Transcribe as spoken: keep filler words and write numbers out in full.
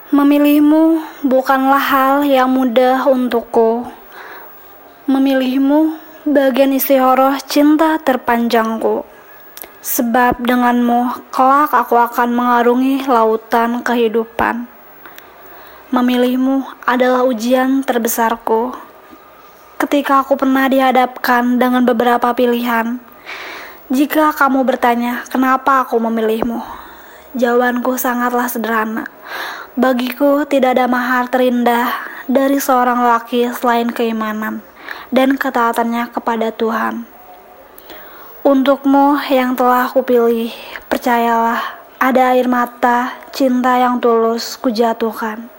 Memilihmu bukanlah hal yang mudah untukku. Memilihmu bagian istihoroh cinta terpanjangku. Sebab denganmu kelak aku akan mengarungi lautan kehidupan. Memilihmu adalah ujian terbesarku. Ketika aku pernah dihadapkan dengan beberapa pilihan, jika kamu bertanya kenapa aku memilihmu, jawabanku sangatlah sederhana. Bagiku tidak ada mahar terindah dari seorang lelaki selain keimanan dan ketaatannya kepada Tuhan. Untukmu yang telah kupilih, percayalah, ada air mata cinta yang tulus kujatuhkan.